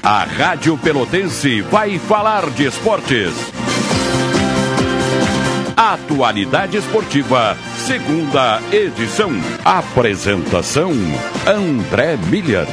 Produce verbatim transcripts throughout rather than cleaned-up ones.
A Rádio Pelotense vai falar de esportes. Atualidade Esportiva, segunda edição. Apresentação, André Miller.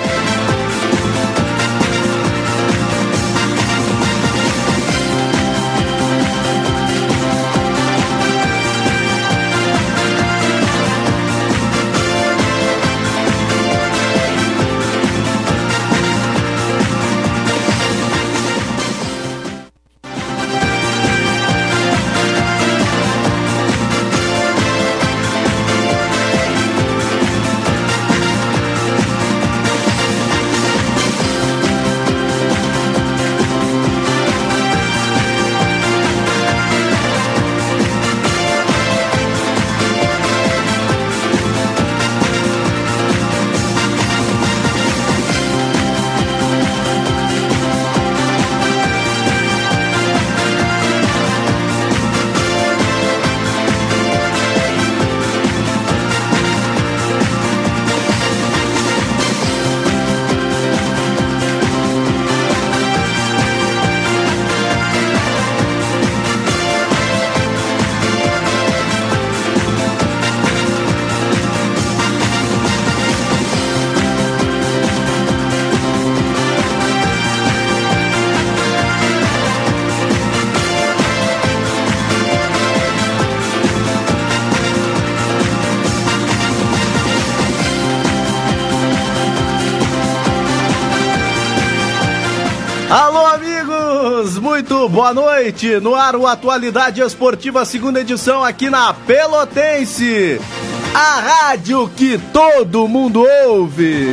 Muito boa noite, no ar o Atualidade Esportiva, segunda edição aqui na Pelotense, a rádio que todo mundo ouve.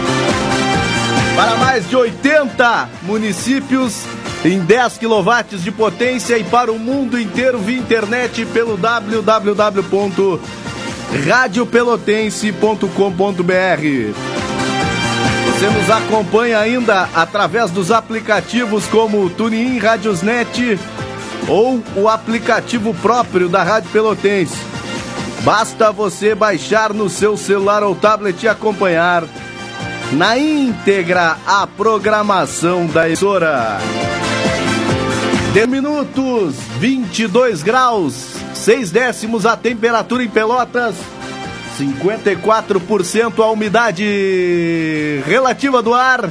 Para mais de oitenta municípios, em dez quilowatts de potência e para o mundo inteiro via internet pelo w w w ponto rádio pelotense ponto com ponto b r. Você nos acompanha ainda através dos aplicativos como o TuneIn, Radiosnet ou o aplicativo próprio da Rádio Pelotense. Basta você baixar no seu celular ou tablet e acompanhar na íntegra a programação da emissora. dez minutos, vinte e dois graus, seis décimos a temperatura em Pelotas. cinquenta e quatro por cento a umidade relativa do ar.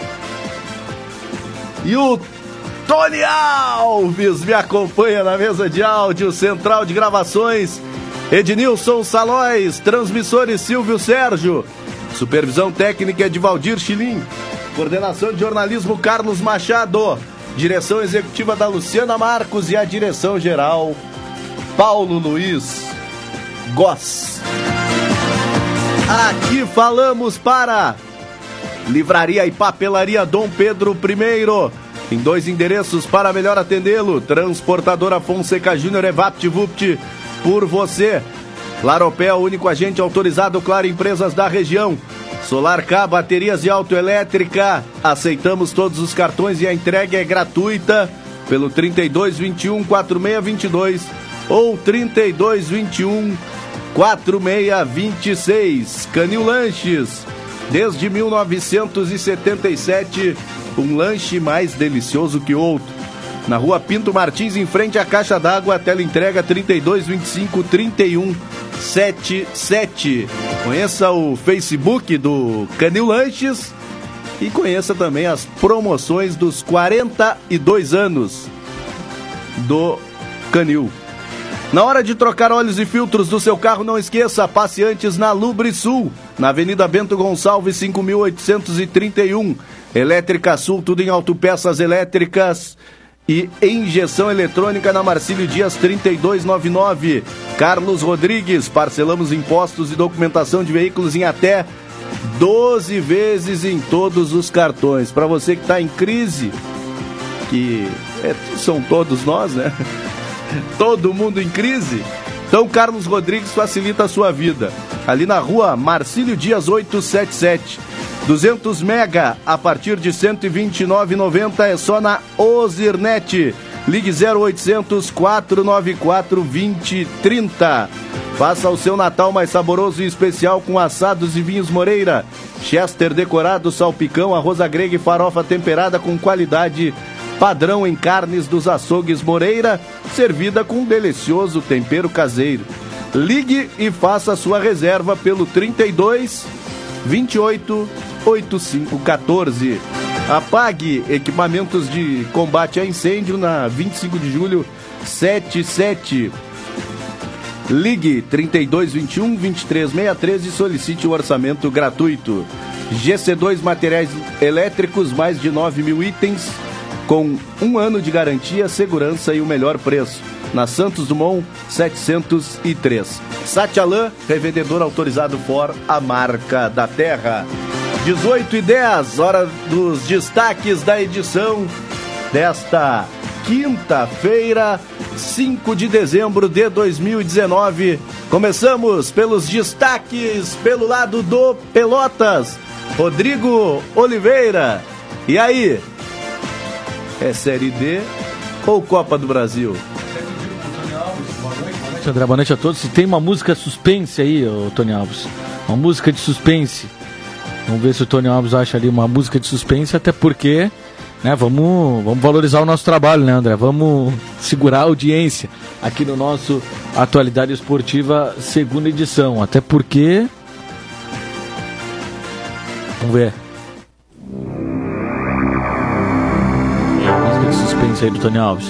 E o Tony Alves me acompanha na mesa de áudio, central de gravações, Ednilson Salóis, transmissores Silvio Sérgio, supervisão técnica de Valdir Chilim, coordenação de jornalismo Carlos Machado, direção executiva da Luciana Marcos e a direção geral Paulo Luiz Goss. Aqui falamos para Livraria e Papelaria Dom Pedro I, em dois endereços para melhor atendê-lo. Transportadora Fonseca Júnior e VaptVupt por você. Laropel, único agente autorizado, Claro Empresas da região. Solar K, baterias e autoelétrica. Aceitamos todos os cartões e a entrega é gratuita pelo trinta e dois, vinte e um, quarenta e seis, vinte e dois ou trinta e dois, vinte e um, quarenta e seis, vinte e seis. Canil Lanches, desde mil novecentos e setenta e sete, um lanche mais delicioso que outro. Na rua Pinto Martins, em frente à Caixa d'Água, teleentrega trinta e dois, vinte e cinco, trinta e um, setenta e sete. Conheça o Facebook do Canil Lanches e conheça também as promoções dos quarenta e dois anos do Canil. Na hora de trocar óleos e filtros do seu carro, não esqueça, passe antes na Lubrisul, na Avenida Bento Gonçalves, cinco mil oitocentos e trinta e um. Elétrica Sul, tudo em autopeças elétricas e injeção eletrônica na Marcílio Dias trinta e dois noventa e nove. Carlos Rodrigues, parcelamos impostos e documentação de veículos em até doze vezes em todos os cartões. Para você que está em crise, que é, são todos nós, né? Todo mundo em crise. Então Carlos Rodrigues facilita a sua vida. Ali na rua Marcílio Dias oitocentos e setenta e sete. duzentos mega a partir de cento e vinte e nove reais e noventa centavos é só na Ozirnet. Ligue zero oitocentos, quatrocentos e noventa e quatro, vinte e trinta. Faça o seu Natal mais saboroso e especial com assados e vinhos Moreira. Chester decorado, salpicão, arroz grega e farofa temperada com qualidade padrão em carnes dos açougues Moreira, servida com um delicioso tempero caseiro. Ligue e faça sua reserva pelo trinta e dois, vinte e oito, oitenta e cinco, quatorze. Apague equipamentos de combate a incêndio na vinte e cinco de julho, setenta e sete. Ligue trinta e dois, vinte e um, vinte e três, sessenta e três e solicite o orçamento gratuito. G C dois Materiais Elétricos, mais de nove mil itens, com um ano de garantia, segurança e o melhor preço. Na Santos Dumont, setecentos e três. Satialan, revendedor autorizado Ford, a marca da terra. dezoito e dez, hora dos destaques da edição desta quinta-feira, cinco de dezembro de dois mil e dezenove. Começamos pelos destaques pelo lado do Pelotas. Rodrigo Oliveira. E aí? É Série D ou Copa do Brasil? André, boa noite a todos. Se tem uma música suspense aí, ô, Tony Alves, uma música de suspense, vamos ver se o Tony Alves acha ali uma música de suspense, até porque, né, vamos, vamos valorizar o nosso trabalho, né, André? Vamos segurar a audiência aqui no nosso Atualidade Esportiva segunda edição, até porque... Vamos ver. Música de suspense aí do Tony Alves.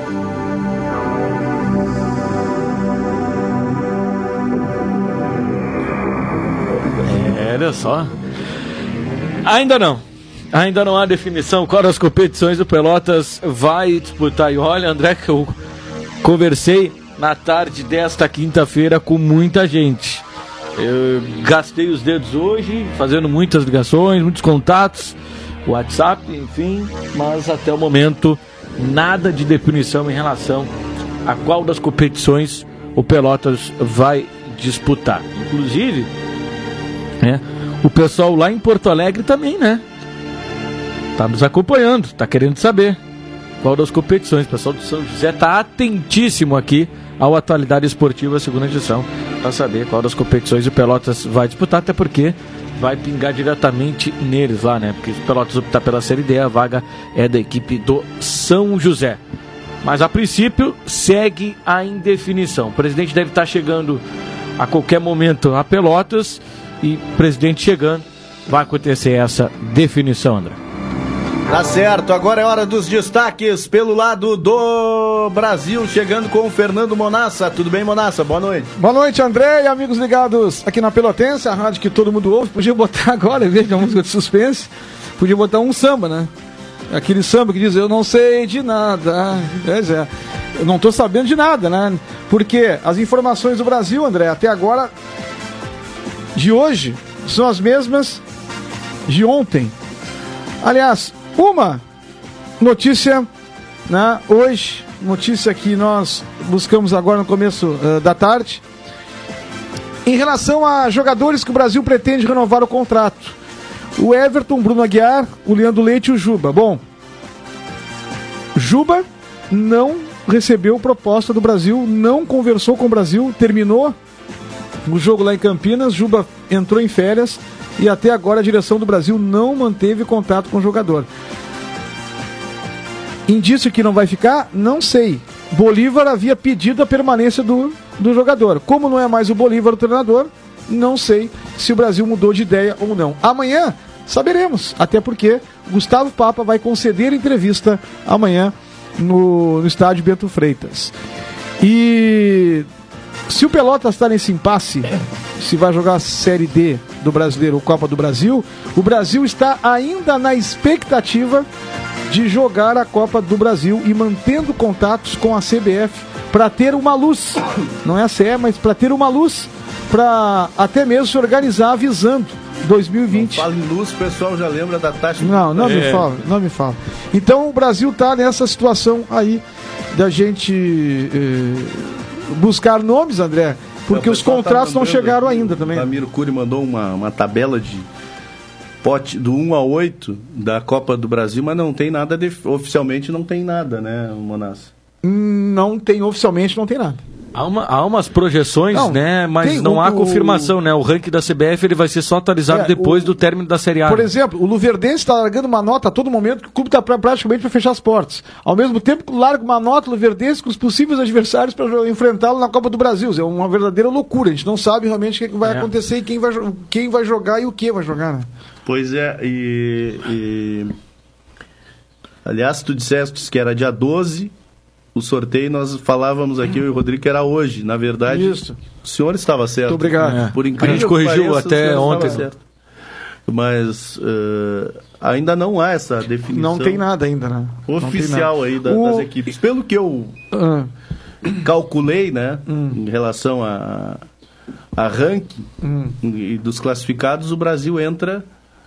Olha só. Ainda não. Ainda não há definição qual das competições o Pelotas vai disputar. E olha, André, que eu conversei na tarde desta quinta-feira com muita gente. Eu gastei os dedos hoje, fazendo muitas ligações, muitos contatos, WhatsApp, enfim, mas até o momento nada de definição em relação a qual das competições o Pelotas vai disputar. Inclusive, né, o pessoal lá em Porto Alegre também, né? Tá nos acompanhando, tá querendo saber qual das competições. O pessoal do São José tá atentíssimo aqui ao Atualidade Esportiva segunda edição para saber qual das competições o Pelotas vai disputar, até porque vai pingar diretamente neles lá, né? Porque se o Pelotas optar pela Série D, a vaga é da equipe do São José. Mas a princípio segue a indefinição. O presidente deve estar chegando a qualquer momento a Pelotas. E presidente chegando, vai acontecer essa definição, André. Tá certo, agora é hora dos destaques pelo lado do Brasil, chegando com o Fernando Monassa. Tudo bem, Monassa? Boa noite. Boa noite, André e amigos ligados aqui na Pelotense, a rádio que todo mundo ouve. Podia botar agora, em vez de uma música de suspense, podia botar um samba, né? Aquele samba que diz, eu não sei de nada. Pois é, eu não tô sabendo de nada, né? Porque as informações do Brasil, André, até agora... de hoje são as mesmas de ontem. Aliás, uma notícia, né, hoje, notícia que nós buscamos agora no começo uh, da tarde, em relação a jogadores que o Brasil pretende renovar o contrato. O Everton, Bruno Aguiar, o Leandro Leite e o Juba. Bom, Juba não recebeu proposta do Brasil, não conversou com o Brasil, terminou o jogo lá em Campinas, Juba entrou em férias e até agora a direção do Brasil não manteve contato com o jogador. Indício que não vai ficar? Não sei. Bolívar havia pedido a permanência do, do jogador. Como não é mais o Bolívar o treinador, não sei se o Brasil mudou de ideia ou não. Amanhã saberemos, até porque Gustavo Papa vai conceder entrevista amanhã no, no estádio Bento Freitas. E... se o Pelotas está nesse impasse, se vai jogar a Série D do Brasileiro ou Copa do Brasil, o Brasil está ainda na expectativa de jogar a Copa do Brasil e mantendo contatos com a C B F para ter uma luz, não é a C E, mas para ter uma luz, para até mesmo se organizar visando dois mil e vinte. Não fala em luz, o pessoal já lembra da taxa. Não, não é. me fala, não me fala. Então o Brasil está nessa situação aí da gente... Eh, buscar nomes, André, porque os contratos tá não chegaram ainda também. O Ramiro Cury mandou uma, uma tabela de pote do um a oito da Copa do Brasil, mas não tem nada, de, oficialmente não tem nada, né, Monassa? Não tem, oficialmente não tem nada. Há, uma, há umas projeções, Não, né? Mas não o, há o, confirmação, né? O ranking da C B F ele vai ser só atualizado é, depois o, do término da Série A. Por exemplo, o Luverdense está largando uma nota a todo momento que o clube está pra, praticamente para fechar as portas. Ao mesmo tempo que larga uma nota o Luverdense com os possíveis adversários para enfrentá-lo na Copa do Brasil. É uma verdadeira loucura. A gente não sabe realmente o que, é que vai é. acontecer e quem vai, quem vai jogar e o que vai jogar, né? Pois é, e, e... aliás, tu disseste que era dia doze, o sorteio nós falávamos aqui, eu e o Rodrigo, que era hoje. Na verdade, Isso. o senhor estava certo. Muito obrigado. É. Por incrível a gente corrigiu pareça, até ontem. Certo. Mas uh, ainda não há essa definição. Não tem nada ainda, né? Oficial nada. aí da, o... das equipes. Pelo que eu ah. calculei, né, hum. em relação a, a ranking hum. e dos classificados, o Brasil entra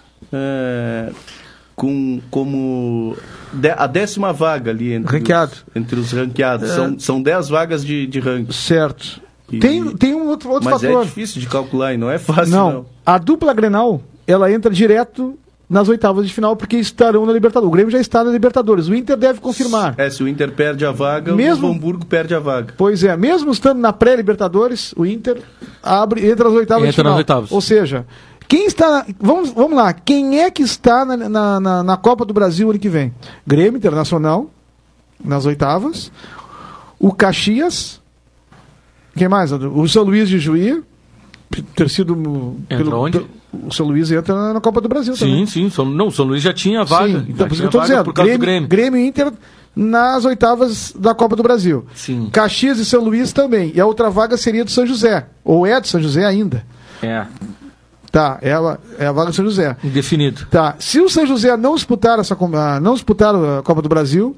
é, com, como de, a décima vaga ali entre, Ranqueado. os, entre os ranqueados. É. São, são dez vagas de, de ranking. Certo. E, tem, tem um outro, outro mas fator. Mas é difícil de calcular e não é fácil, não. não. A dupla Grenal, ela entra direto nas oitavas de final, porque estarão na Libertadores. O Grêmio já está na Libertadores. O Inter deve confirmar. É, se o Inter perde a vaga, mesmo... o Novo Hamburgo perde a vaga. Pois é, mesmo estando na pré-Libertadores, o Inter abre, entra nas oitavas entra de final. Nas oitavas. Ou seja, quem está... Vamos, vamos lá, quem é que está na, na, na, na Copa do Brasil ano que vem? Grêmio Internacional, nas oitavas. O Caxias... Quem mais? O São Luís de Juí, ter sido... Entra pelo, onde? O São Luís entra na, na Copa do Brasil sim, também. Sim, sim. Não, o São Luís já tinha vaga. Sim, então, por isso que eu estou dizendo. Por causa Grêmio, do Grêmio. Grêmio e Inter nas oitavas da Copa do Brasil. Sim. Caxias e São Luís também. E a outra vaga seria do São José. Ou é do São José ainda. É. Tá, é a, é a vaga do São José. Indefinido. Tá. Se o São José não disputar, essa, não disputar a Copa do Brasil...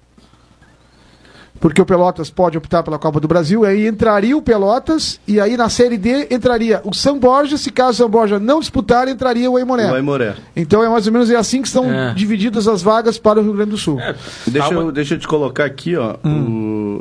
Porque o Pelotas pode optar pela Copa do Brasil, aí entraria o Pelotas, e aí na Série D entraria o São Borja, se caso o São Borja não disputar, entraria o Aimoré. O Aimoré. Então é mais ou menos assim que estão é. divididas as vagas para o Rio Grande do Sul. É. Deixa, eu, deixa eu te colocar aqui, ó, hum.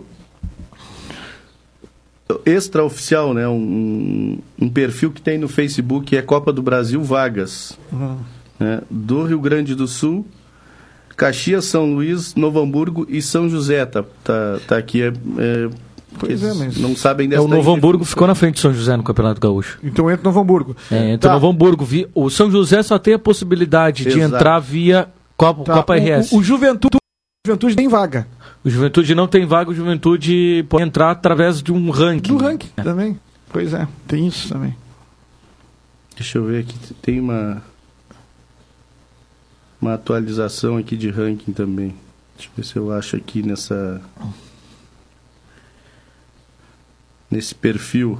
o extraoficial, né, um, um perfil que tem no Facebook, que é Copa do Brasil Vagas, hum. né, do Rio Grande do Sul, Caxias, São Luís, Novo Hamburgo e São José. Tá, tá, tá aqui. É, é, pois é, mas... Não sabem dessa. É, o Novo Hamburgo ficou na frente do São José no Campeonato Gaúcho. Então entra o Novo Hamburgo. É, entra o tá. Novo Hamburgo. O São José só tem a possibilidade Exato. de entrar via Copa, tá. Copa R S. O, o, o Juventude, o Juventude tem vaga. O Juventude não tem vaga, o Juventude pode entrar através de um ranking. Do ranking é. também. Pois é, tem isso também. Deixa eu ver aqui. Tem uma. Uma atualização aqui de ranking também. Deixa eu ver se eu acho aqui nessa... Nesse perfil.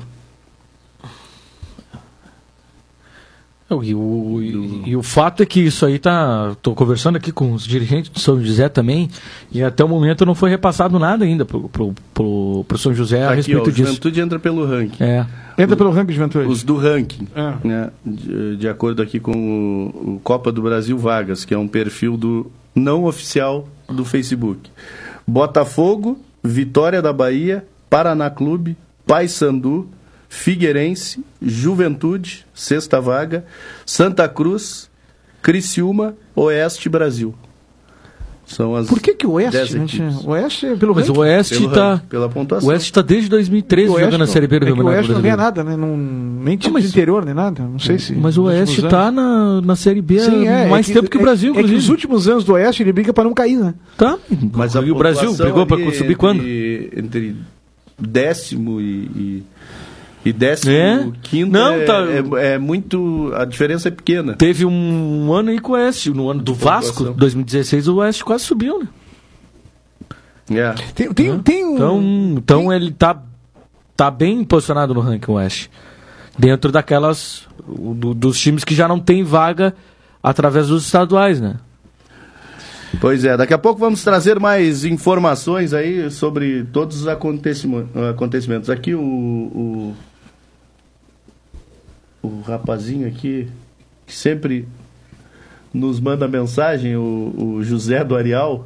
E o, e, e o fato é que isso aí tá... Estou conversando aqui com os dirigentes do São José também, e até o momento não foi repassado nada ainda pro, pro, pro, pro São José a aqui, respeito ó, o disso. O Juventude entra pelo ranking. É. Entra pelo ranking, Juventude? Os do ranking. É. Né, de, de acordo aqui com o, o Copa do Brasil Vagas, que é um perfil do não oficial do Facebook. Botafogo, Vitória da Bahia, Paraná Clube, Paysandu, Figueirense, Juventude, sexta vaga, Santa Cruz, Criciúma, Oeste Brasil. São as Por que que o Oeste? O Oeste é pelo Mas ranking? o Oeste está pela pontuação. O Oeste está desde dois mil e treze jogando a Série B do é Campeonato Brasileiro. O Oeste não ganha Brasileiro. nada, né? Não, nem time de interior, nem nada. Não sei se... Mas o Oeste está na, na Série B Sim, há é, mais é que, tempo que o Brasil, é, inclusive. É que nos últimos anos do Oeste ele briga para não cair, né? Tá, mas e o Brasil brigou para subir entre, quando? Entre décimo e... e... E décimo é? quinto Não, é, tá... é, é muito... A diferença é pequena. Teve um ano aí com o Oeste. No ano do Vasco, dois mil e dezesseis, o Oeste quase subiu, né? É. Tem, tem, é. tem um... Então, então tem... ele tá, tá bem posicionado no ranking Oeste. Dentro daquelas... Do, dos times que já não tem vaga através dos estaduais, né? Pois é, daqui a pouco vamos trazer mais informações aí sobre todos os acontecimentos. Aqui o, o, o rapazinho aqui, que sempre nos manda mensagem, o, o José do Arial,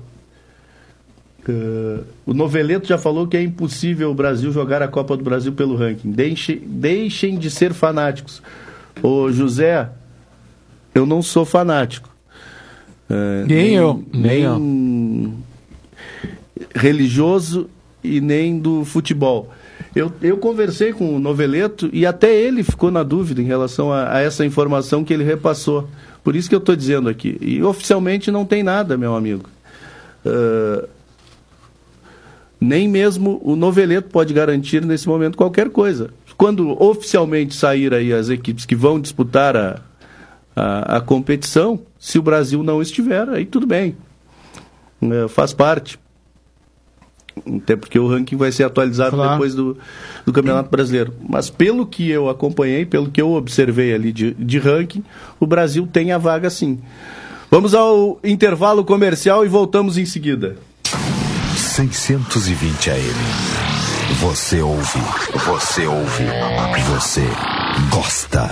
uh, o Noveleto já falou que é impossível o Brasil jogar a Copa do Brasil pelo ranking. Deixem, deixem de ser fanáticos. Ô José, eu não sou fanático. Uh, nem, nem eu. Nem eu. Religioso e nem do futebol. Eu, eu conversei com o Noveleto e até ele ficou na dúvida em relação a, a essa informação que ele repassou. Por isso que eu estou dizendo aqui. E oficialmente não tem nada, meu amigo. Uh, nem mesmo o Noveleto pode garantir nesse momento qualquer coisa. Quando oficialmente sair aí as equipes que vão disputar a, a, a competição, se o Brasil não estiver, aí tudo bem. Uh, faz parte. Até porque o ranking vai ser atualizado claro. depois do, do Campeonato Brasileiro. Mas pelo que eu acompanhei, pelo que eu observei ali de, de ranking, o Brasil tem a vaga sim. Vamos ao intervalo comercial e voltamos em seguida. seiscentos e vinte A M. Você ouve, você ouve, você gosta.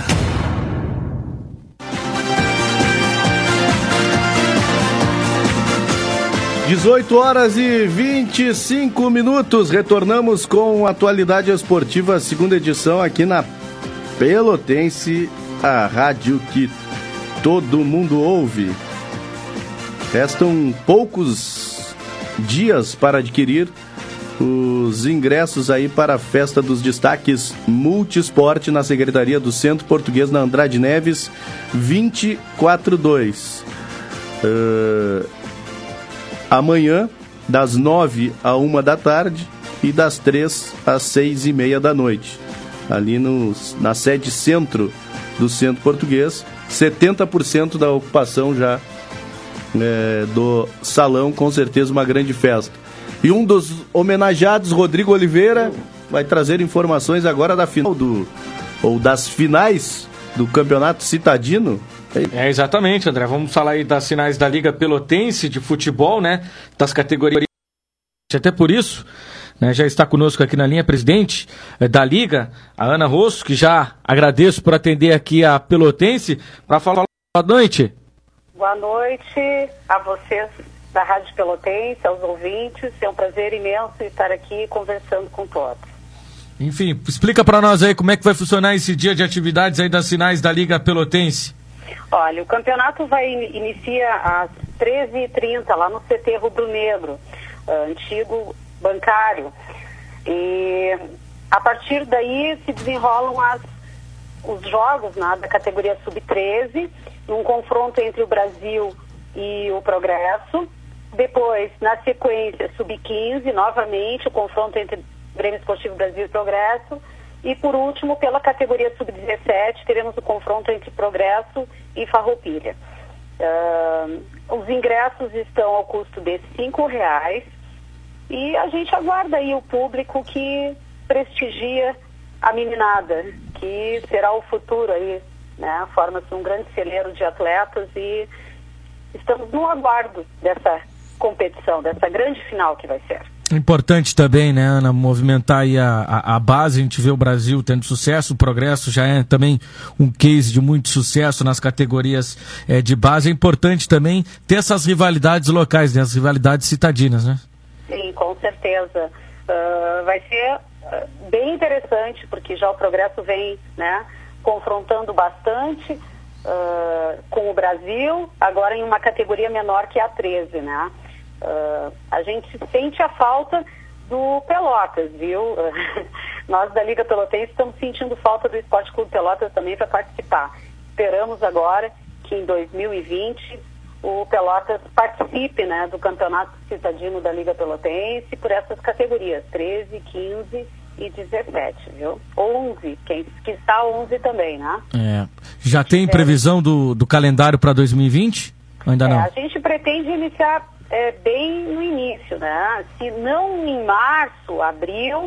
dezoito horas e vinte e cinco minutos, retornamos com Atualidade Esportiva, segunda edição aqui na Pelotense, a rádio que todo mundo ouve. Restam poucos dias para adquirir os ingressos aí para a Festa dos Destaques Multisport na Secretaria do Centro Português na Andrade Neves, vinte e quatro dois. Uh... Amanhã, das nove a uma da tarde e das três às seis e meia da noite. Ali no, na sede centro do Centro Português, setenta por cento da ocupação já é, do salão, com certeza uma grande festa. E um dos homenageados, Rodrigo Oliveira, vai trazer informações agora da final do, ou das finais do Campeonato Citadino. É, exatamente, André. Vamos falar aí das finais da Liga Pelotense de futebol, né? Das categorias. Até por isso, né, já está conosco aqui na linha presidente é, da Liga, a Ana Rosso, que já agradeço por atender aqui a Pelotense, para falar. Boa noite. Boa noite a vocês da Rádio Pelotense, aos ouvintes. É um prazer imenso estar aqui conversando com todos. Enfim, explica para nós aí como é que vai funcionar esse dia de atividades aí das finais da Liga Pelotense. Olha, o campeonato vai inicia às treze e trinta lá no C T Rubro Negro, uh, antigo bancário. E a partir daí se desenrolam as, os jogos, né, da categoria sub treze, um confronto entre o Brasil e o Progresso. Depois, na sequência, sub quinze, novamente o confronto entre Grêmio Esportivo Brasil e Progresso. E, por último, pela categoria sub dezessete, teremos o confronto entre Progresso e Farroupilha. Uh, os ingressos estão ao custo de cinco reais e a gente aguarda aí o público que prestigia a meninada, que será o futuro aí, né? Forma-se um grande celeiro de atletas e estamos no aguardo dessa competição, dessa grande final que vai ser. Importante também, né, Ana, movimentar aí a, a, a base. A gente vê o Brasil tendo sucesso, o Progresso já é também um case de muito sucesso nas categorias é, de base. É importante também ter essas rivalidades locais, né, as rivalidades citadinas, né? Sim, com certeza. Uh, vai ser uh, bem interessante, porque já o Progresso vem, né, confrontando bastante uh, com o Brasil, agora em uma categoria menor que a treze, né? Uh, a gente sente a falta do Pelotas, viu? Uh, nós da Liga Pelotense estamos sentindo falta do Esporte Clube Pelotas também para participar. Esperamos agora que em dois mil e vinte o Pelotas participe, né, do Campeonato Citadino da Liga Pelotense por essas categorias, treze, quinze e dezessete, viu? onze, quem quiçá onze também, né? É. Já tem previsão do, do calendário para dois mil e vinte? Ainda não? É, a gente pretende iniciar É, bem no início, né? Se não em março, abril,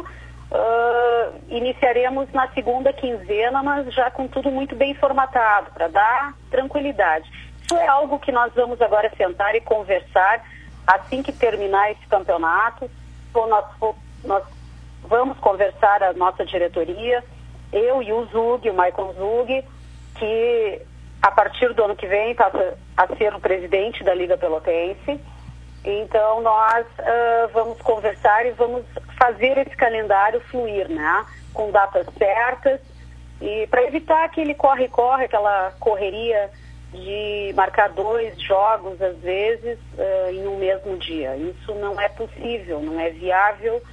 uh, iniciaremos na segunda quinzena, mas já com tudo muito bem formatado, para dar tranquilidade. Isso é algo que nós vamos agora sentar e conversar assim que terminar esse campeonato. Ou nós, nós vamos conversar a nossa diretoria, eu e o Zug, o Maicon Zug, que a partir do ano que vem passa a ser o presidente da Liga Pelotense. Então, nós uh, vamos conversar e vamos fazer esse calendário fluir, né? Com datas certas e para evitar aquele corre-corre, aquela correria de marcar dois jogos, às vezes, uh, em um mesmo dia. Isso não é possível, não é viável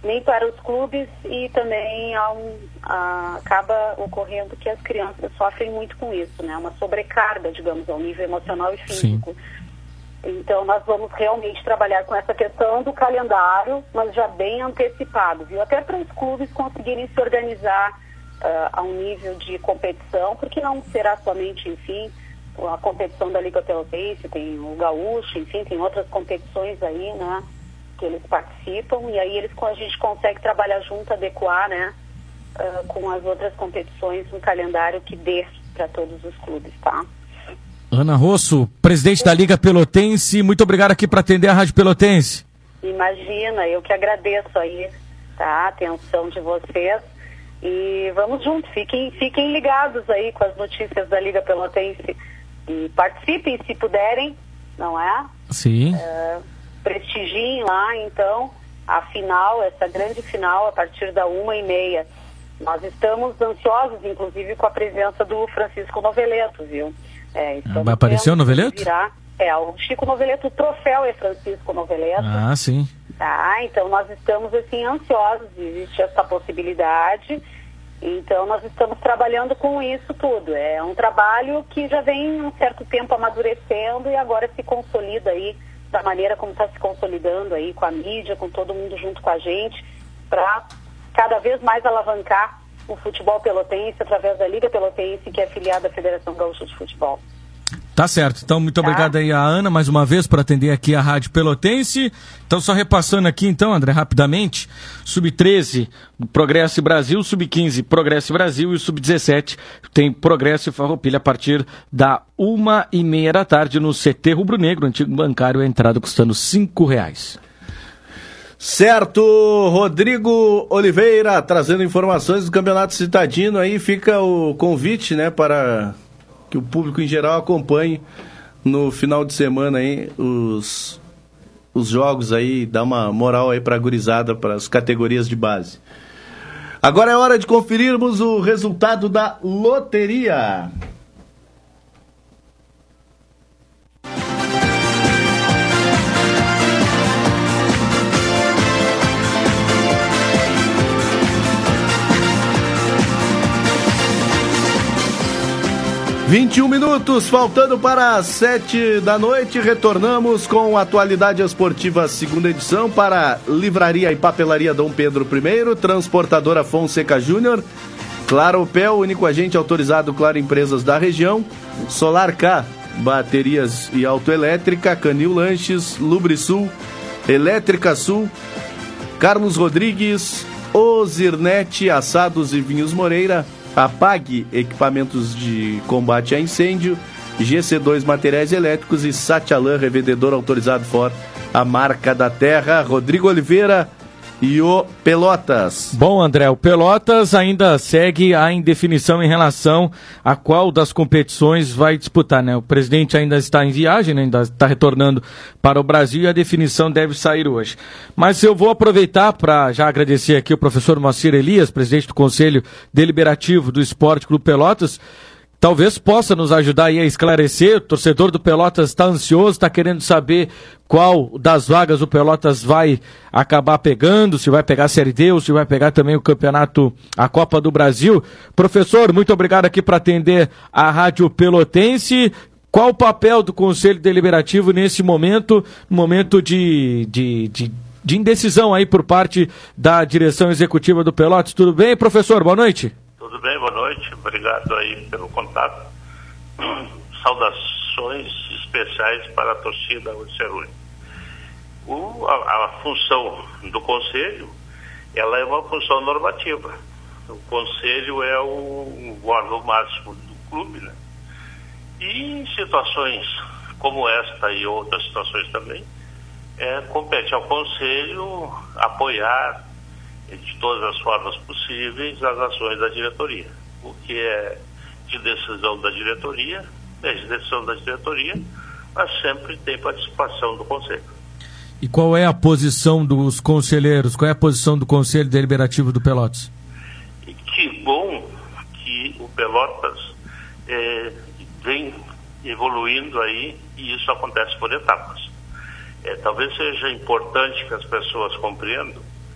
nem para os clubes, e também há um, a, acaba ocorrendo que as crianças sofrem muito com isso, né? Uma sobrecarga, digamos, ao nível emocional e físico. Sim. Então nós vamos realmente trabalhar com essa questão do calendário, mas já bem antecipado, viu? Até para os clubes conseguirem se organizar uh, a um nível de competição, porque não será somente, enfim, a competição da Liga Pelotense, tem o Gaúcho, enfim, tem outras competições aí, né, que eles participam, e aí eles, a gente consegue trabalhar junto, adequar, né, uh, com as outras competições, um calendário que dê para todos os clubes, tá? Ana Rosso, presidente da Liga Pelotense, muito obrigado aqui para atender a Rádio Pelotense. Imagina, eu que agradeço aí, tá, a atenção de vocês, e vamos juntos, fiquem, fiquem ligados aí com as notícias da Liga Pelotense, e participem se puderem, não é? Sim. Uh, prestigiem lá, então, a final, essa grande final, a partir da uma e meia. Nós estamos ansiosos, inclusive, com a presença do Francisco Noveleto, viu? É, Vai aparecer o Noveleto? Virar, é, o Chico Noveleto, o troféu é Francisco Noveleto. Ah, sim. Tá, então nós estamos, assim, ansiosos, existe essa possibilidade. Então nós estamos trabalhando com isso tudo. É um trabalho que já vem um certo tempo amadurecendo e agora se consolida aí da maneira como está se consolidando aí com a mídia, com todo mundo junto com a gente, para cada vez mais alavancar o futebol pelotense através da Liga Pelotense, que é afiliada à Federação Gaúcha de Futebol. Tá certo. Então, muito tá. obrigado aí a Ana, mais uma vez, por atender aqui a Rádio Pelotense. Então, só repassando aqui, então, André, rapidamente, sub treze, Progresso e Brasil, sub quinze, Progresso e Brasil, e o sub dezessete tem Progresso e Farroupilha a partir da uma e meia da tarde no C T Rubro Negro, antigo bancário, a entrada custando cinco reais. Certo, Rodrigo Oliveira trazendo informações do Campeonato Citadino. Aí fica o convite, né, para que o público em geral acompanhe no final de semana aí os, os jogos aí, dá uma moral aí pra gurizada, para as categorias de base. Agora é hora de conferirmos o resultado da loteria. vinte e um minutos, faltando para as sete da noite, retornamos com a Atualidade Esportiva, segunda edição, para Livraria e Papelaria Dom Pedro I, Transportadora Fonseca Júnior, Claro Opel, único agente autorizado Claro Empresas da região, Solar K, baterias e autoelétrica, Canil Lanches, Lubrisul, Elétrica Sul, Carlos Rodrigues, Ozirnet, Assados e Vinhos Moreira, Apag, equipamentos de combate a incêndio, G C dois Materiais Elétricos e Satialan, revendedor autorizado Ford, a marca da terra. Rodrigo Oliveira e o Pelotas. Bom, André, o Pelotas ainda segue a indefinição em relação a qual das competições vai disputar, né? O presidente ainda está em viagem, né? Ainda está retornando para o Brasil e a definição deve sair hoje. Mas eu vou aproveitar para já agradecer aqui o professor Moacir Elias, presidente do Conselho Deliberativo do Esporte Clube Pelotas. Talvez possa nos ajudar aí a esclarecer. O torcedor do Pelotas está ansioso, está querendo saber qual das vagas o Pelotas vai acabar pegando, se vai pegar a Série D ou se vai pegar também o campeonato, a Copa do Brasil. Professor, muito obrigado aqui para atender a Rádio Pelotense. Qual o papel do Conselho Deliberativo nesse momento, momento de, de, de, de indecisão aí por parte da direção executiva do Pelotas? Tudo bem, professor? Boa noite. Tudo bem, boa noite, obrigado aí pelo contato. Saudações especiais para a torcida Unicerune. O, a, a função do Conselho, ela é uma função normativa. O Conselho é o, o órgão máximo do clube, né? E em situações como esta e outras situações também, é, compete ao Conselho apoiar de todas as formas possíveis as ações da diretoria. O que é de decisão da diretoria, é de decisão da diretoria, mas sempre tem participação do Conselho. E qual é a posição dos conselheiros? Qual é a posição do Conselho Deliberativo do Pelotas? E que bom que o Pelotas é, vem evoluindo aí, e isso acontece por etapas. É, talvez seja importante que as pessoas compreendam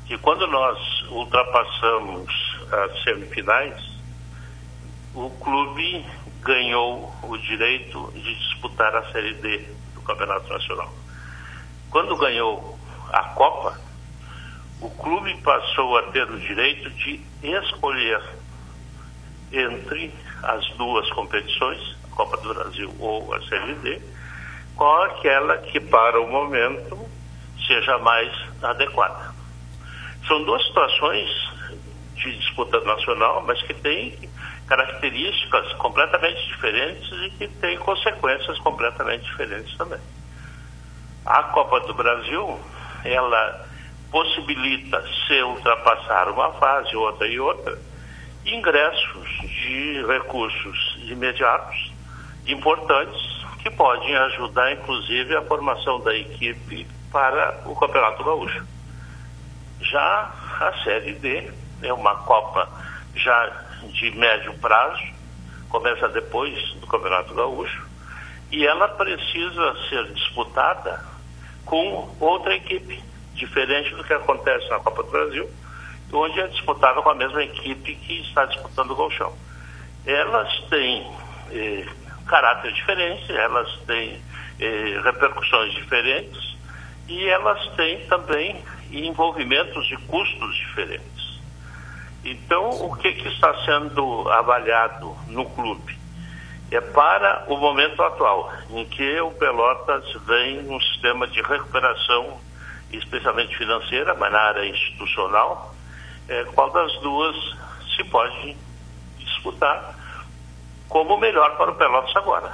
E quando nós ultrapassamos as semifinais, o clube ganhou o direito de disputar a Série D do Campeonato Nacional. Quando ganhou a Copa, o clube passou a ter o direito de escolher entre as duas competições, a Copa do Brasil ou a Série D, qual aquela que para o momento seja mais adequada. São duas situações de disputa nacional, mas que têm características completamente diferentes e que têm consequências completamente diferentes também. A Copa do Brasil, ela possibilita, se ultrapassar uma fase, outra e outra, ingressos de recursos imediatos, importantes, que podem ajudar, inclusive, a formação da equipe para o Campeonato Gaúcho. Já a Série D é uma Copa já de médio prazo, começa depois do Campeonato Gaúcho, e ela precisa ser disputada com outra equipe, diferente do que acontece na Copa do Brasil, onde é disputada com a mesma equipe que está disputando o Gauchão. Elas têm eh, caráter diferente, elas têm eh, repercussões diferentes e elas têm também envolvimentos e custos diferentes. Então, o que, que está sendo avaliado no clube? É para o momento atual, em que o Pelotas vem num sistema de recuperação, especialmente financeira, mas na área institucional, é, qual das duas se pode disputar como melhor para o Pelotas agora.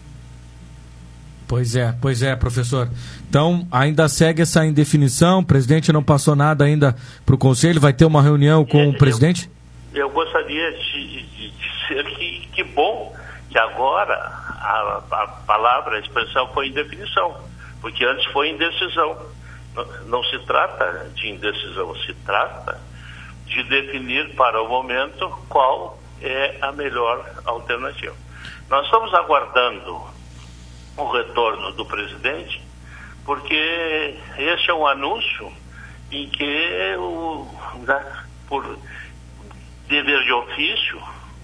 Pois é, pois é, professor. Então, ainda segue essa indefinição, o presidente não passou nada ainda para o conselho, vai ter uma reunião com eu, o presidente? Eu, eu gostaria de, de dizer que, que bom que agora a, a palavra, a expressão foi indefinição, porque antes foi indecisão. Não, não se trata de indecisão, se trata de definir para o momento qual é a melhor alternativa. Nós estamos aguardando o retorno do presidente, porque esse é um anúncio em que, o, né, por dever de ofício,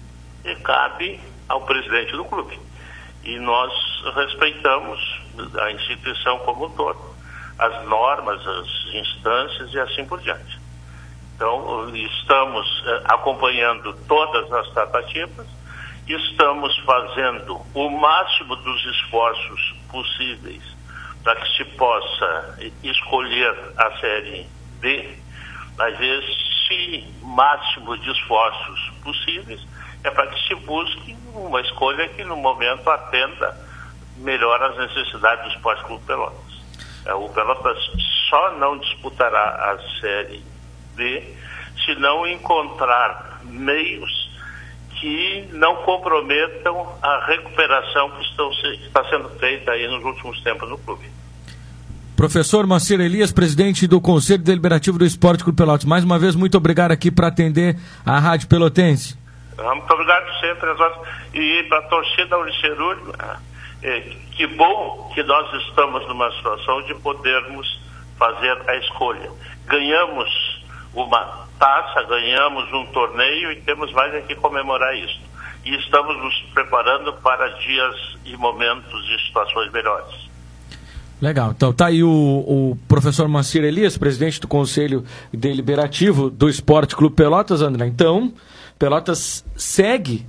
cabe ao presidente do clube. E nós respeitamos a instituição como um todo, as normas, as instâncias e assim por diante. Então, estamos eh, acompanhando todas as tratativas, estamos fazendo o máximo dos esforços possíveis para que se possa escolher a Série D, mas esse máximo de esforços possíveis é para que se busque uma escolha que no momento atenda melhor às necessidades do Esporte Clube Pelotas. O Pelotas só não disputará a Série D se não encontrar meios que não comprometam a recuperação que, estão, que está sendo feita aí nos últimos tempos no clube. Professor Moacir Elias, presidente do Conselho Deliberativo do Esporte Clube Pelotas, mais uma vez, muito obrigado aqui para atender a Rádio Pelotense. Muito obrigado sempre. E para a torcida Auricerur, é, que bom que nós estamos numa situação de podermos fazer a escolha. Ganhamos uma taça, ganhamos um torneio e temos mais é que comemorar isso. E estamos nos preparando para dias e momentos e situações melhores. Legal, então tá aí o, o professor Moacir Elias, presidente do Conselho Deliberativo do Esporte Clube Pelotas, André. Então, Pelotas segue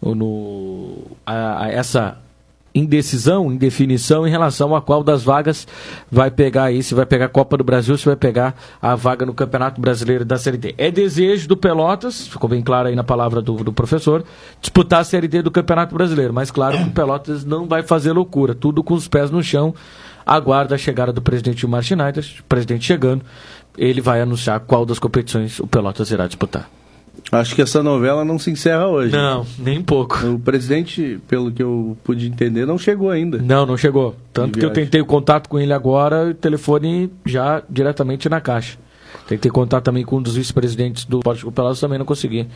no, a, a essa indecisão, indefinição em relação a qual das vagas vai pegar aí, se vai pegar a Copa do Brasil, se vai pegar a vaga no Campeonato Brasileiro da Série D. É desejo do Pelotas, ficou bem claro aí na palavra do, do professor, disputar a Série D do Campeonato Brasileiro, mas claro que o Pelotas não vai fazer loucura, tudo com os pés no chão, aguarda a chegada do presidente Gilmar Schneider, o presidente chegando, ele vai anunciar qual das competições o Pelotas irá disputar. Acho que essa novela não se encerra hoje. Não, nem um pouco. O presidente, pelo que eu pude entender, não chegou ainda. Não, não chegou. Tanto que eu tentei o contato com ele agora, o telefone já diretamente na caixa. Tentei contato também com um dos vice-presidentes do Esporte Clube Pelotas, também não consegui.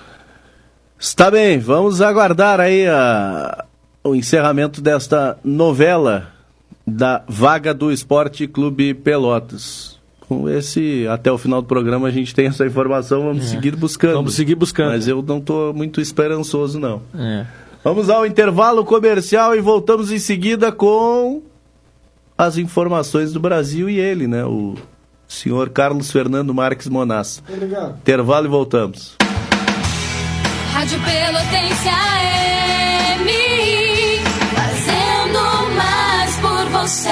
Está bem, vamos aguardar aí a, o encerramento desta novela da vaga do Esporte Clube Pelotas. Vamos ver se até o final do programa a gente tem essa informação, vamos é. seguir buscando. Vamos seguir buscando. Mas eu não estou muito esperançoso, não. É. Vamos ao intervalo comercial e voltamos em seguida com as informações do Brasil e ele, né? O senhor Carlos Fernando Marques Monassa. Obrigado. Intervalo e voltamos. Rádio Pelotense A M, fazendo mais por você.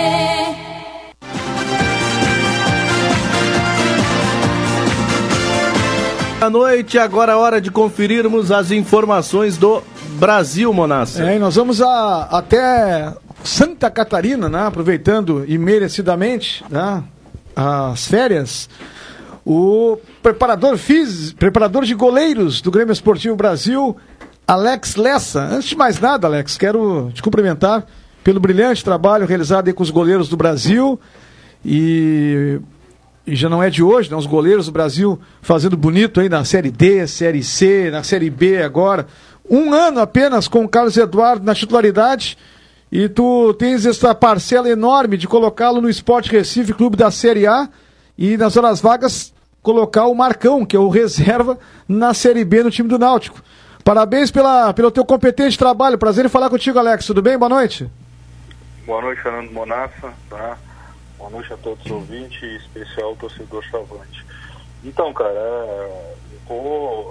Boa noite, agora é hora de conferirmos as informações do Brasil, Monassa. É, e nós vamos a, até Santa Catarina, né? Aproveitando e merecidamente, né? As férias. O preparador, fis, preparador de goleiros do Grêmio Esportivo Brasil, Alex Lessa. Antes de mais nada, Alex, quero te cumprimentar pelo brilhante trabalho realizado aí com os goleiros do Brasil. E, e já não é de hoje, né? Os goleiros do Brasil fazendo bonito aí na Série D, Série C, na Série B agora. Um ano apenas com o Carlos Eduardo na titularidade. E tu tens essa parcela enorme de colocá-lo no Sport Recife Clube da Série A. E nas horas vagas colocar o Marcão, que é o reserva, na Série B no time do Náutico. Parabéns pela, pelo teu competente trabalho. Prazer em falar contigo, Alex. Tudo bem? Boa noite. Boa noite, Fernando Monassa. Tá? Boa noite a todos os ouvintes, em especial o torcedor chavante. Então, cara, eu tô...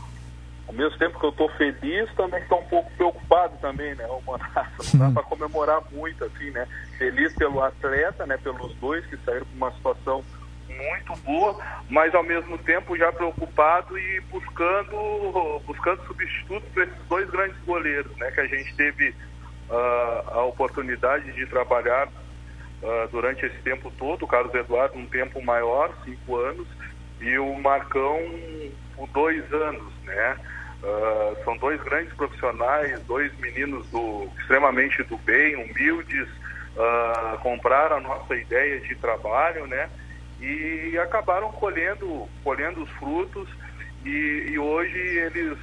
ao mesmo tempo que eu tô feliz, também estou um pouco preocupado também, né, o Monassa. Não dá para comemorar muito, assim, né? Feliz pelo atleta, né, pelos dois que saíram com uma situação muito boa, mas ao mesmo tempo já preocupado e buscando buscando substitutos para esses dois grandes goleiros, né, que a gente teve uh, a oportunidade de trabalhar uh, durante esse tempo todo. O Carlos Eduardo um tempo maior, cinco anos, e o Marcão por dois anos, né? Uh, são dois grandes profissionais, dois meninos do, extremamente do bem, humildes, uh, compraram a nossa ideia de trabalho, né? E acabaram colhendo, colhendo os frutos, e, e hoje eles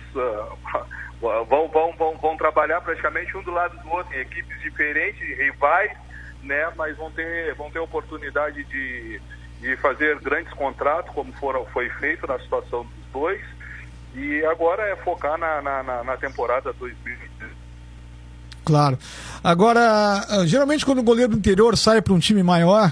uh, vão, vão, vão, vão trabalhar praticamente um do lado do outro, em equipes diferentes, rivais, né? Mas vão ter, vão ter oportunidade de, de fazer grandes contratos, como foram, foi feito na situação dos dois, e agora é focar na, na, na temporada dois mil e vinte. Claro. Agora, geralmente quando o goleiro do interior sai para um time maior,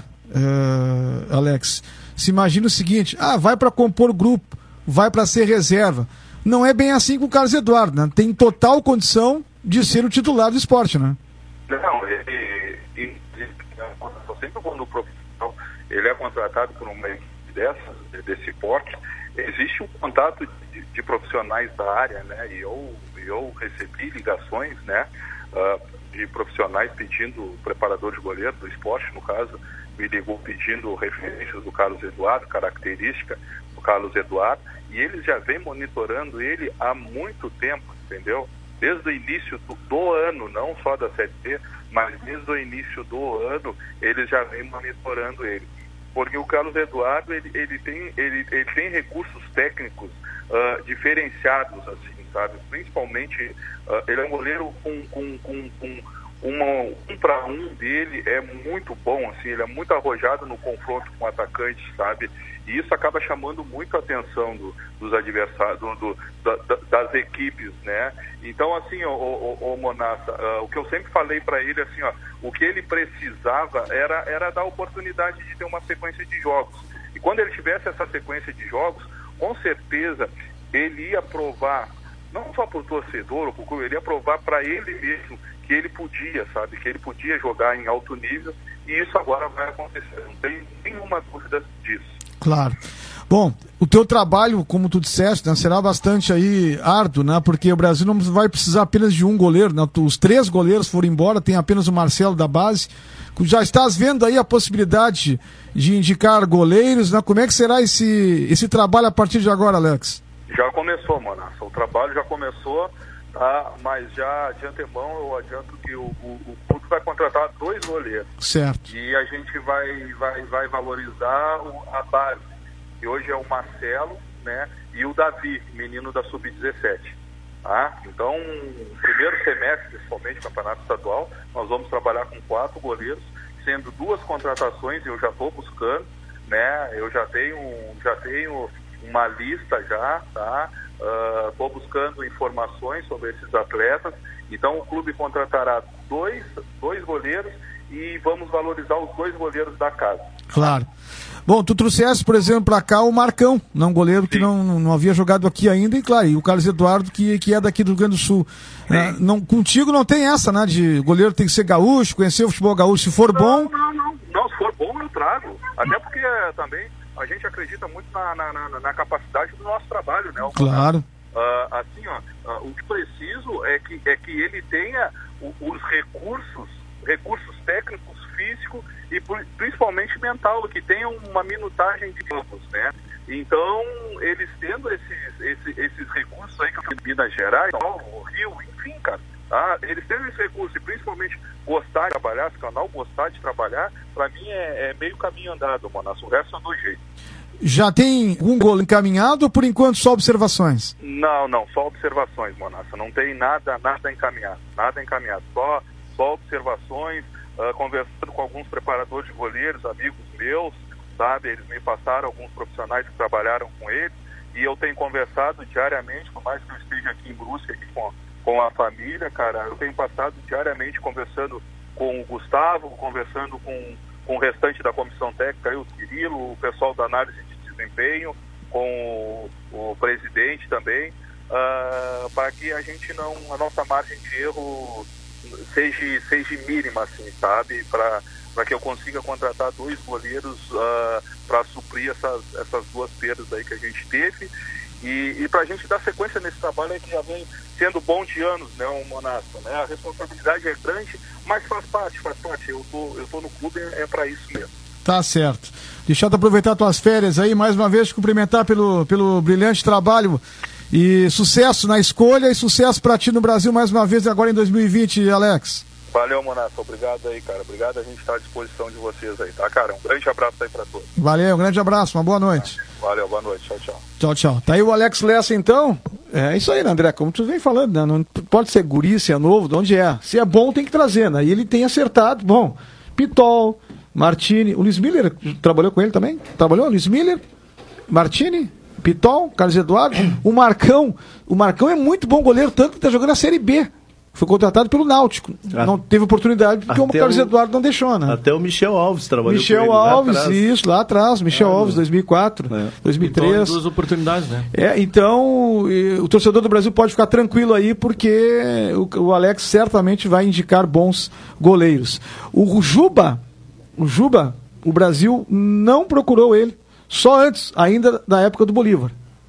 Uh, Alex, se imagina o seguinte: ah, vai para compor grupo, vai para ser reserva. Não é bem assim com o Carlos Eduardo, né? Tem total condição de ser o titular do esporte, né? Não, ele, ele, ele sempre quando o profissional ele é contratado por uma equipe dessas, desse porte, existe um contato de, de profissionais da área, né? E eu, eu recebi ligações, né? Uh, de profissionais pedindo, preparador de goleiro do esporte, no caso, me ligou pedindo referências do Carlos Eduardo, característica do Carlos Eduardo, e eles já vem monitorando ele há muito tempo, entendeu? Desde o início do, do ano, não só da Série B, mas desde o início do ano, eles já vem monitorando ele. Porque o Carlos Eduardo, ele, ele, tem, ele, ele tem recursos técnicos uh, diferenciados, assim, sabe? Principalmente, uh, ele é um goleiro com... com, com, com Uma, um para um dele é muito bom, assim, ele é muito arrojado no confronto com o atacante, sabe? E isso acaba chamando muito a atenção do, dos adversários, do, do, da, das equipes, né? Então, assim, o, o, o Monassa, uh, o que eu sempre falei para ele, assim, ó, o que ele precisava era, era dar a oportunidade de ter uma sequência de jogos. E quando ele tivesse essa sequência de jogos, com certeza ele ia provar, não só para o torcedor, ou pro, ele ia provar para ele mesmo que ele podia, sabe, que ele podia jogar em alto nível, e isso agora vai acontecer, não tem nenhuma dúvida disso. Claro. Bom, o teu trabalho, como tu disseste, né, será bastante aí árduo, né, porque o Brasil não vai precisar apenas de um goleiro, né, os três goleiros foram embora, tem apenas o Marcelo da base. Já estás vendo aí a possibilidade de indicar goleiros, né, como é que será esse, esse trabalho a partir de agora, Alex? Já começou, Monassa, o trabalho já começou. Tá, mas já de antemão eu adianto que o, o, o clube vai contratar dois goleiros. Certo. E a gente vai, vai, vai valorizar o, a base, que hoje é o Marcelo, né, e o Davi, menino da sub dezessete. Tá? Então, primeiro semestre, principalmente, campeonato estadual, nós vamos trabalhar com quatro goleiros, sendo duas contratações, e eu já estou buscando, né? Eu já tenho, já tenho uma lista já, tá? Estou uh, buscando informações sobre esses atletas. Então o clube contratará dois, dois goleiros e vamos valorizar os dois goleiros da casa. Claro. Bom, tu trouxesse, por exemplo, para cá o Marcão, não um goleiro que não, não havia jogado aqui ainda, e claro, e o Carlos Eduardo, que, que é daqui do Rio Grande do Sul. Ah, não, contigo não tem essa, né, de goleiro tem que ser gaúcho, conhecer o futebol gaúcho, se for não, bom... Não, não, não, se for bom eu trago, até porque também a gente acredita muito na, na, na, na capacidade do nosso trabalho, né? Claro. Uh, assim, ó, uh, o que preciso é que, é que ele tenha o, os recursos, recursos técnicos, físicos e principalmente mental, que tenha uma minutagem de campos, né? Então, eles tendo esses, esses, esses recursos aí, que é Minas Gerais, o Rio, enfim, cara, tá? Eles tendo esses recursos e principalmente gostar de trabalhar, esse canal gostar de trabalhar, pra mim é, é meio caminho andado, mano. O resto é do jeito. Já tem um gol encaminhado ou por enquanto só observações? Não, não, só observações, Monassa. Não tem nada, nada encaminhado, nada encaminhado. Só, só observações, uh, conversando com alguns preparadores de goleiros, amigos meus, sabe? Eles me passaram alguns profissionais que trabalharam com eles e eu tenho conversado diariamente, por mais que eu esteja aqui em Brusque, aqui com, com a família, cara, eu tenho passado diariamente conversando com o Gustavo, conversando com, com o restante da comissão técnica, aí, o Cirilo, o pessoal da análise de desempenho, com o, o presidente também, uh, para que a gente não, a nossa margem de erro seja, seja mínima, assim, sabe? Para para que eu consiga contratar dois goleiros uh, para suprir essas, essas duas perdas aí que a gente teve e, e para a gente dar sequência nesse trabalho aí que já vem sendo bom de anos, né, o Monasta, né? A responsabilidade é grande, mas faz parte, faz parte. Eu tô, eu tô no clube, é, é para isso mesmo. Tá certo. Deixa eu aproveitar tuas férias aí, mais uma vez te cumprimentar pelo, pelo brilhante trabalho e sucesso na escolha e sucesso para ti no Brasil mais uma vez agora em dois mil e vinte, Alex. Valeu, Monassa. Obrigado aí, cara. Obrigado, a gente está à disposição de vocês aí, tá, cara? Um grande abraço aí para todos. Valeu, um grande abraço, uma boa noite. Valeu, boa noite. Tchau, tchau. Tchau, tchau. Tá aí o Alex Lessa, então. É isso aí, né, André? Como tu vem falando, né? Não pode ser guri, se é novo, de onde é. Se é bom, tem que trazer, né? E ele tem acertado. Bom, Pitol, Martini, o Luiz Miller, trabalhou com ele também? Trabalhou? Luiz Miller, Martini, Pitol, Carlos Eduardo, o Marcão. O Marcão é muito bom goleiro, tanto que tá jogando a Série B. Foi contratado pelo Náutico. Ah, não teve oportunidade porque o Carlos o, Eduardo não deixou, né? Até o Michel Alves trabalhou Michel com ele, Alves, lá isso, lá atrás. Michel ah, Alves, dois mil e quatro, é. dois mil e três. Então, duas oportunidades, né? É, então, e, o torcedor do Brasil pode ficar tranquilo aí, porque o, o Alex certamente vai indicar bons goleiros. O, o Juba, o Juba, o Brasil não procurou ele, só antes, ainda da época do Bolívar.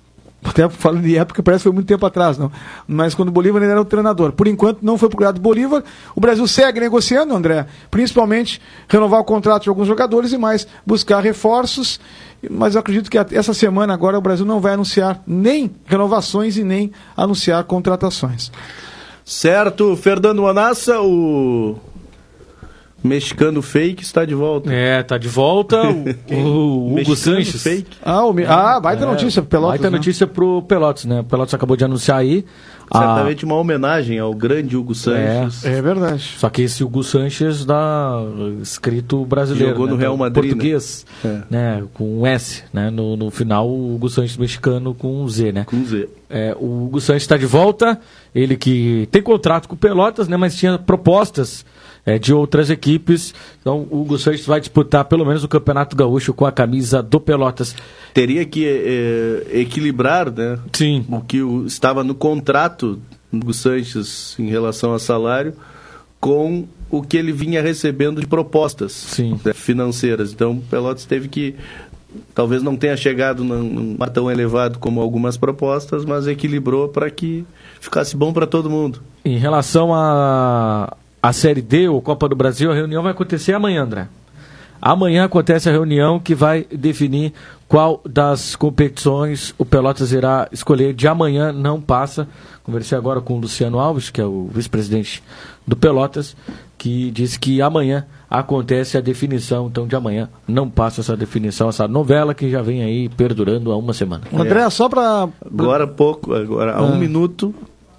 Até falando de época, parece que foi muito tempo atrás, não. Mas quando o Bolívar ainda era o treinador. Por enquanto não foi procurado o Bolívar. O Brasil segue negociando, André, principalmente renovar o contrato de alguns jogadores e mais buscar reforços. Mas eu acredito que essa semana agora o Brasil não vai anunciar nem renovações e nem anunciar contratações. Certo, Fernando Manassa, o mexicano fake está de volta. É, está de volta o, o Hugo Sanches. Fake. Ah, o, ah, baita é, notícia pro Pelotas. Baita né? notícia pro Pelotas, né? O Pelotas acabou de anunciar aí. Certamente a... uma homenagem ao grande Hugo Sanches. É, é verdade. Só que esse Hugo Sanches da escrito brasileiro. Jogou né? no Real Madrid. Português, né? né? Com um S, né? No, no final, o Hugo Sanches mexicano com um Z, né? Com um Z. É, o Hugo Sanches está de volta. Ele que tem contrato com o Pelotas, né? Mas tinha propostas É, de outras equipes. Então o Hugo Sanches vai disputar pelo menos o Campeonato Gaúcho com a camisa do Pelotas. Teria que é, equilibrar, né? Sim. O que o, estava no contrato do Hugo Sanches em relação a salário com o que ele vinha recebendo de propostas Sim. Né, financeiras. Então o Pelotas teve que, talvez não tenha chegado num tão elevado como algumas propostas, mas equilibrou para que ficasse bom para todo mundo. Em relação a A Série D, ou Copa do Brasil, a reunião vai acontecer amanhã, André. Amanhã acontece a reunião que vai definir qual das competições o Pelotas irá escolher. De amanhã não passa. Conversei agora com o Luciano Alves, que é o vice-presidente do Pelotas, que disse que amanhã acontece a definição. Então, de amanhã não passa essa definição, essa novela que já vem aí perdurando há uma semana. André, é. só para... Agora há pouco, agora há ah. um minuto...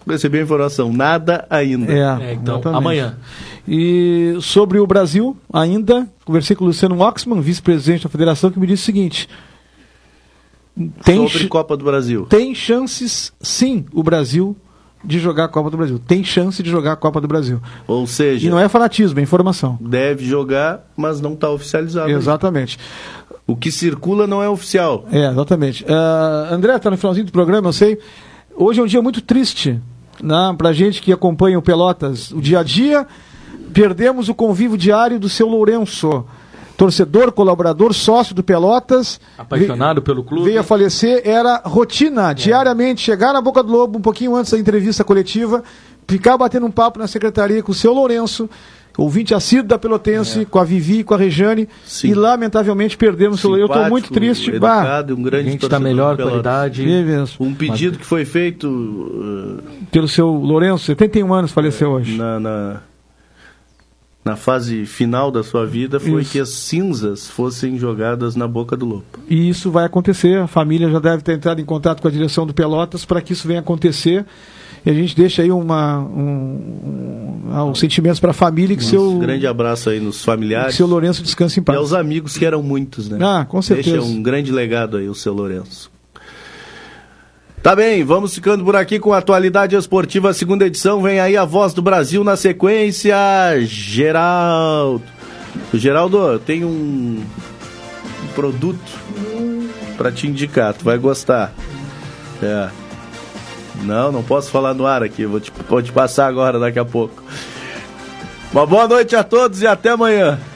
Recebi a informação, nada ainda. É, É, então, exatamente. amanhã. E sobre o Brasil, ainda, conversei com o Luciano Oxman, vice-presidente da federação, que me disse o seguinte: tem, Sobre ch- Copa do Brasil. tem chances, sim, o Brasil de jogar a Copa do Brasil. Tem chance de jogar a Copa do Brasil. Ou seja, E não é fanatismo, é informação. deve jogar, mas não está oficializado. ainda. Exatamente. O que circula não é oficial. É, exatamente. Uh, André, tá no finalzinho do programa, eu sei. Hoje é um dia muito triste, né, pra gente que acompanha o Pelotas. O dia a dia, perdemos o convívio diário do seu Lourenço. Torcedor, colaborador, sócio do Pelotas. Apaixonado pelo clube. Veio a falecer, era rotina, diariamente, chegar na Boca do Lobo um pouquinho antes da entrevista coletiva, ficar batendo um papo na secretaria com o seu Lourenço, ouvinte assíduo da Pelotense, com a Vivi, com a Rejane, Sim. e lamentavelmente perdemos o seu Lourenço. Eu estou muito triste. Bah, Educado, um A grande gente tá torcedor melhor do Pelotas. qualidade. é mesmo. Um pedido que foi feito uh, Pelo seu Lourenço, setenta e um anos, faleceu hoje. na, na, na fase final da sua vida foi Isso. que as cinzas fossem jogadas na Boca do Lobo. E isso vai acontecer, a família já deve ter entrado em contato com a direção do Pelotas para que isso venha acontecer. E a gente deixa aí uma, um, um, um sentimentos para a família que Um seu, grande abraço aí nos que familiares seu Lourenço descanse em e paz. aos amigos, que eram muitos, né? Ah, com certeza. Deixa um grande legado aí o seu Lourenço. Tá bem, vamos ficando por aqui com a Atualidade Esportiva, segunda edição. Vem aí a Voz do Brasil na sequência. Geraldo. Geraldo, eu tenho um, um produto pra te indicar, tu vai gostar. É. Não, não posso falar no ar aqui, vou te, vou te passar agora daqui a pouco. Uma boa noite a todos e até amanhã.